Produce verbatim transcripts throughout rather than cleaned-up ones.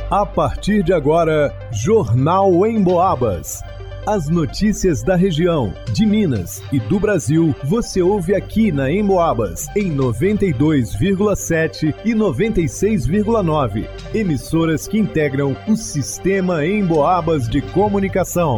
A partir de agora, Jornal Emboabas. As notícias da região, de Minas e do Brasil, você ouve aqui na Emboabas, em noventa e dois vírgula sete e noventa e seis vírgula nove. Emissoras que integram o Sistema Emboabas de Comunicação.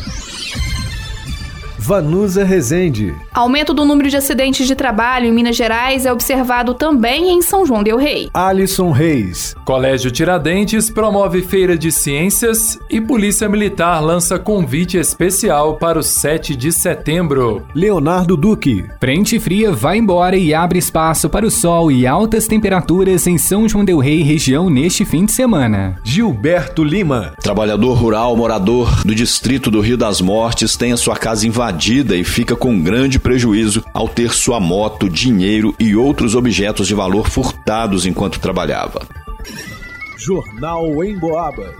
Vanusa Rezende. Aumento do número de acidentes de trabalho em Minas Gerais é observado também em São João del Rei. Alisson Reis. Colégio Tiradentes promove feira de ciências e Polícia Militar lança convite especial para o sete de setembro. Leonardo Duque. Frente fria vai embora e abre espaço para o sol e altas temperaturas em São João del Rei região neste fim de semana. Gilberto Lima. Trabalhador rural morador do distrito do Rio das Mortes tem a sua casa invadida e fica com grande prejuízo ao ter sua moto, dinheiro e outros objetos de valor furtados enquanto trabalhava. Jornal Emboabas.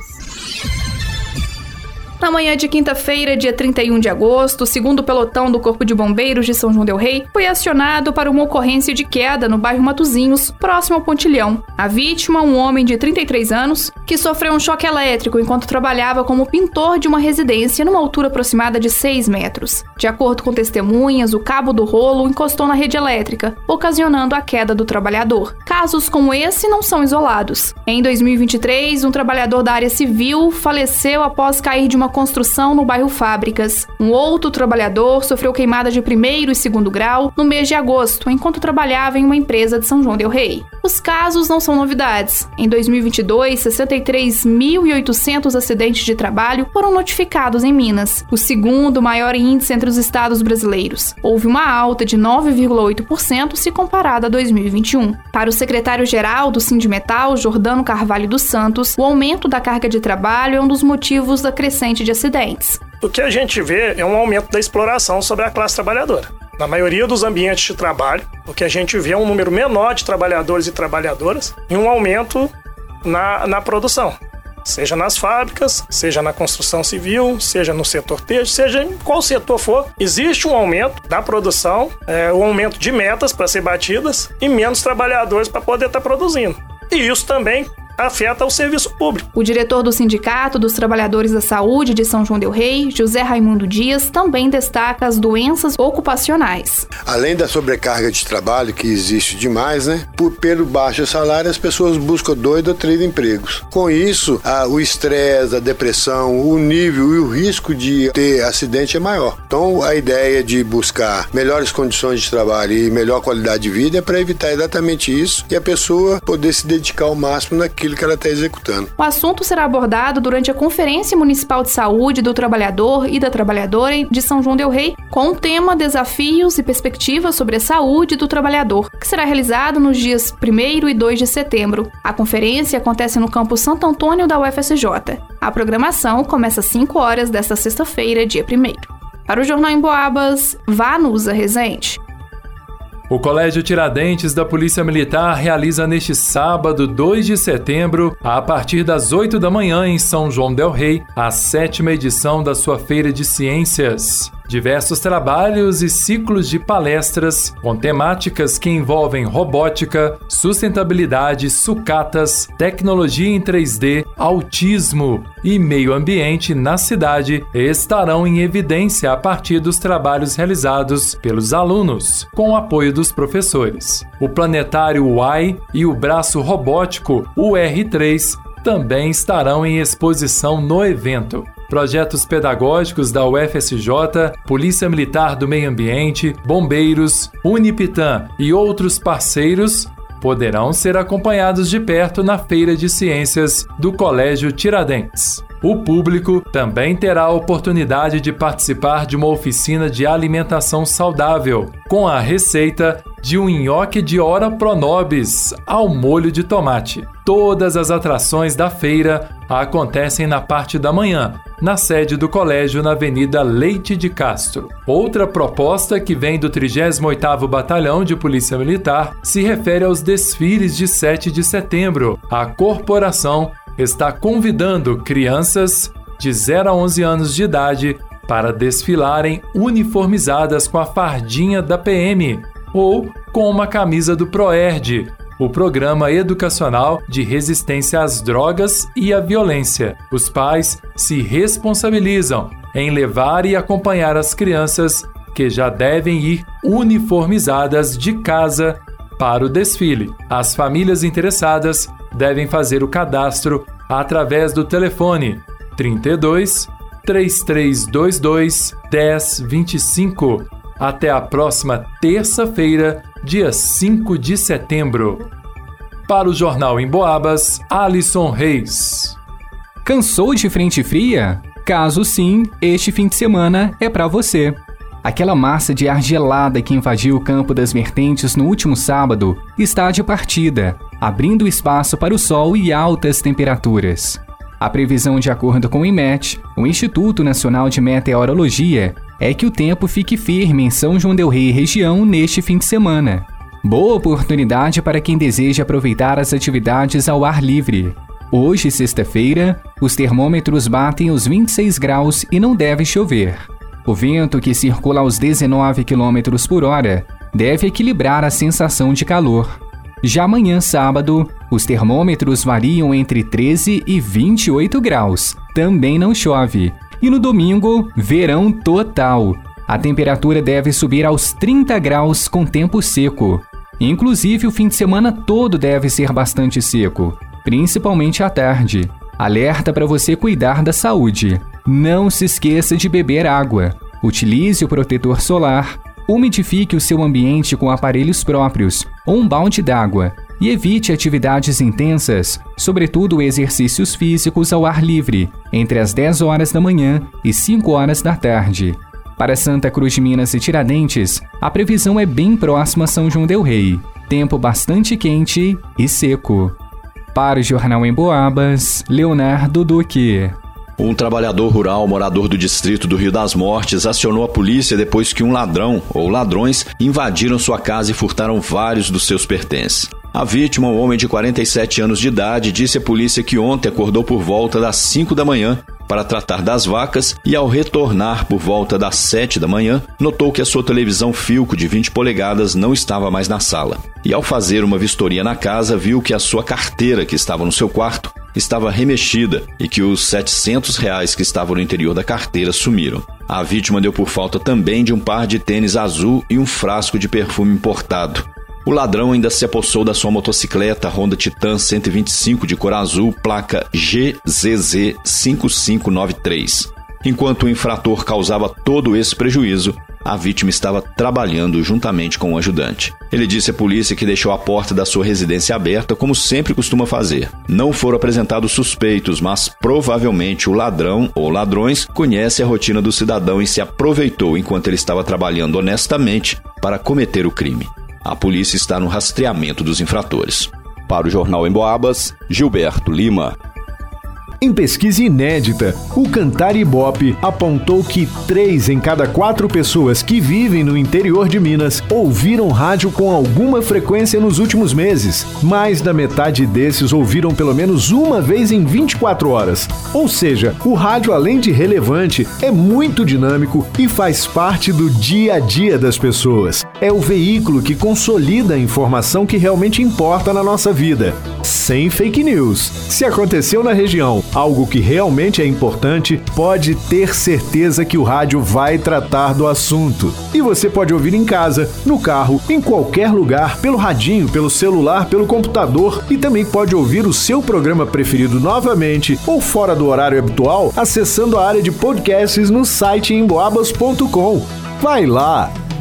Na manhã de quinta-feira, dia trinta e um de agosto, o segundo pelotão do Corpo de Bombeiros de São João del Rei foi acionado para uma ocorrência de queda no bairro Matozinhos, próximo ao Pontilhão. A vítima, um homem de trinta e três anos, que sofreu um choque elétrico enquanto trabalhava como pintor de uma residência numa altura aproximada de seis metros. De acordo com testemunhas, o cabo do rolo encostou na rede elétrica, ocasionando a queda do trabalhador. Casos como esse não são isolados. Em dois mil e vinte e três, um trabalhador da área civil faleceu após cair de uma construção no bairro Fábricas. Um outro trabalhador sofreu queimada de primeiro e segundo grau no mês de agosto, enquanto trabalhava em uma empresa de São João del Rei. Os casos não são novidades. Em dois mil e vinte e dois, sessenta e três mil e oitocentos acidentes de trabalho foram notificados em Minas, o segundo maior índice entre os estados brasileiros. Houve uma alta de nove vírgula oito por cento se comparada a dois mil e vinte e um. Para o secretário-geral do Sindimetal, Jordano Carvalho dos Santos, o aumento da carga de trabalho é um dos motivos da crescente de acidentes. O que a gente vê é um aumento da exploração sobre a classe trabalhadora. Na maioria dos ambientes de trabalho, o que a gente vê é um número menor de trabalhadores e trabalhadoras e um aumento na, na produção. Seja nas fábricas, seja na construção civil, seja no setor têxtil, seja em qual setor for, existe um aumento da produção, é, um aumento de metas para ser batidas e menos trabalhadores para poder estar produzindo. E isso também afeta o serviço público. O diretor do Sindicato dos Trabalhadores da Saúde de São João del Rei, José Raimundo Dias, também destaca as doenças ocupacionais. Além da sobrecarga de trabalho, que existe demais, né? Por, pelo baixo salário, as pessoas buscam dois ou três empregos. Com isso, a, o estresse, a depressão, o nível e o risco de ter acidente é maior. Então, a ideia de buscar melhores condições de trabalho e melhor qualidade de vida é para evitar exatamente isso e a pessoa poder se dedicar ao máximo naquilo que ela está executando. O assunto será abordado durante a Conferência Municipal de Saúde do Trabalhador e da Trabalhadora de São João del Rei, com o tema Desafios e Perspectivas sobre a Saúde do Trabalhador, que será realizado nos dias primeiro e dois de setembro. A conferência acontece no campus Santo Antônio da U F S J. A programação começa às cinco horas desta sexta-feira, dia primeiro. Para o Jornal Emboabas, Vanusa Rezende. O Colégio Tiradentes da Polícia Militar realiza neste sábado, dois de setembro, a partir das oito da manhã em São João del Rei, a sétima edição da sua Feira de Ciências. Diversos trabalhos e ciclos de palestras com temáticas que envolvem robótica, sustentabilidade, sucatas, tecnologia em três D, autismo e meio ambiente na cidade estarão em evidência a partir dos trabalhos realizados pelos alunos, com o apoio dos professores. O planetário Y e o braço robótico U R três também estarão em exposição no evento. Projetos pedagógicos da U F S J, Polícia Militar do Meio Ambiente, Bombeiros, Unipitã e outros parceiros poderão ser acompanhados de perto na Feira de Ciências do Colégio Tiradentes. O público também terá a oportunidade de participar de uma oficina de alimentação saudável, com a receita de um nhoque de ora pronobis ao molho de tomate. Todas as atrações da feira acontecem na parte da manhã, na sede do colégio na Avenida Leite de Castro. Outra proposta que vem do trigésimo oitavo Batalhão de Polícia Militar se refere aos desfiles de sete de setembro. A corporação está convidando crianças de zero a onze anos de idade para desfilarem uniformizadas com a fardinha da P M ou com uma camisa do PROERD, o Programa Educacional de Resistência às Drogas e à Violência. Os pais se responsabilizam em levar e acompanhar as crianças que já devem ir uniformizadas de casa para o desfile. As famílias interessadas devem fazer o cadastro através do telefone trinta e dois, três três dois dois, dez vinte e cinco. Até a próxima terça-feira, dia cinco de setembro. Para o Jornal em Boabas, Alisson Reis. Cansou de frente fria? Caso sim, este fim de semana é para você. Aquela massa de ar gelada que invadiu o Campo das Vertentes no último sábado está de partida, abrindo espaço para o sol e altas temperaturas. A previsão, de acordo com o IMET, o Instituto Nacional de Meteorologia, é que o tempo fique firme em São João del Rei e região neste fim de semana. Boa oportunidade para quem deseja aproveitar as atividades ao ar livre. Hoje, sexta-feira, os termômetros batem os vinte e seis graus e não deve chover. O vento, que circula aos dezenove quilômetros por hora, deve equilibrar a sensação de calor. Já amanhã, sábado, os termômetros variam entre treze e vinte e oito graus. Também não chove. E no domingo, verão total. A temperatura deve subir aos trinta graus com tempo seco. Inclusive, o fim de semana todo deve ser bastante seco, principalmente à tarde. Alerta para você cuidar da saúde. Não se esqueça de beber água. Utilize o protetor solar. Umidifique o seu ambiente com aparelhos próprios ou um balde d'água e evite atividades intensas, sobretudo exercícios físicos ao ar livre, entre as dez horas da manhã e cinco horas da tarde. Para Santa Cruz de Minas e Tiradentes, a previsão é bem próxima a São João del Rei. Tempo bastante quente e seco. Para o Jornal em Boabas, Leonardo Duque. Um trabalhador rural morador do distrito do Rio das Mortes acionou a polícia depois que um ladrão ou ladrões invadiram sua casa e furtaram vários dos seus pertences. A vítima, um homem de quarenta e sete anos de idade, disse à polícia que ontem acordou por volta das cinco da manhã para tratar das vacas e, ao retornar por volta das sete da manhã, notou que a sua televisão Philco de vinte polegadas não estava mais na sala. E, ao fazer uma vistoria na casa, viu que a sua carteira, que estava no seu quarto, estava remexida e que os setecentos reais que estavam no interior da carteira sumiram. A vítima deu por falta também de um par de tênis azul e um frasco de perfume importado. O ladrão ainda se apossou da sua motocicleta Honda Titan cento e vinte e cinco de cor azul, placa G Z Z cinco cinco nove três. Enquanto o infrator causava todo esse prejuízo, a vítima estava trabalhando juntamente com o ajudante. Ele disse à polícia que deixou a porta da sua residência aberta, como sempre costuma fazer. Não foram apresentados suspeitos, mas provavelmente o ladrão ou ladrões conhece a rotina do cidadão e se aproveitou enquanto ele estava trabalhando honestamente para cometer o crime. A polícia está no rastreamento dos infratores. Para o Jornal em Boabas, Gilberto Lima. Em pesquisa inédita, o Cantar Ibope apontou que três em cada quatro pessoas que vivem no interior de Minas ouviram rádio com alguma frequência nos últimos meses. Mais da metade desses ouviram pelo menos uma vez em vinte e quatro horas. Ou seja, o rádio, além de relevante, é muito dinâmico e faz parte do dia a dia das pessoas. É o veículo que consolida a informação que realmente importa na nossa vida. Sem fake news. Se aconteceu na região algo que realmente é importante, pode ter certeza que o rádio vai tratar do assunto. E você pode ouvir em casa, no carro, em qualquer lugar, pelo radinho, pelo celular, pelo computador, e também pode ouvir o seu programa preferido novamente ou fora do horário habitual, acessando a área de podcasts no site emboabas ponto com. Vai lá!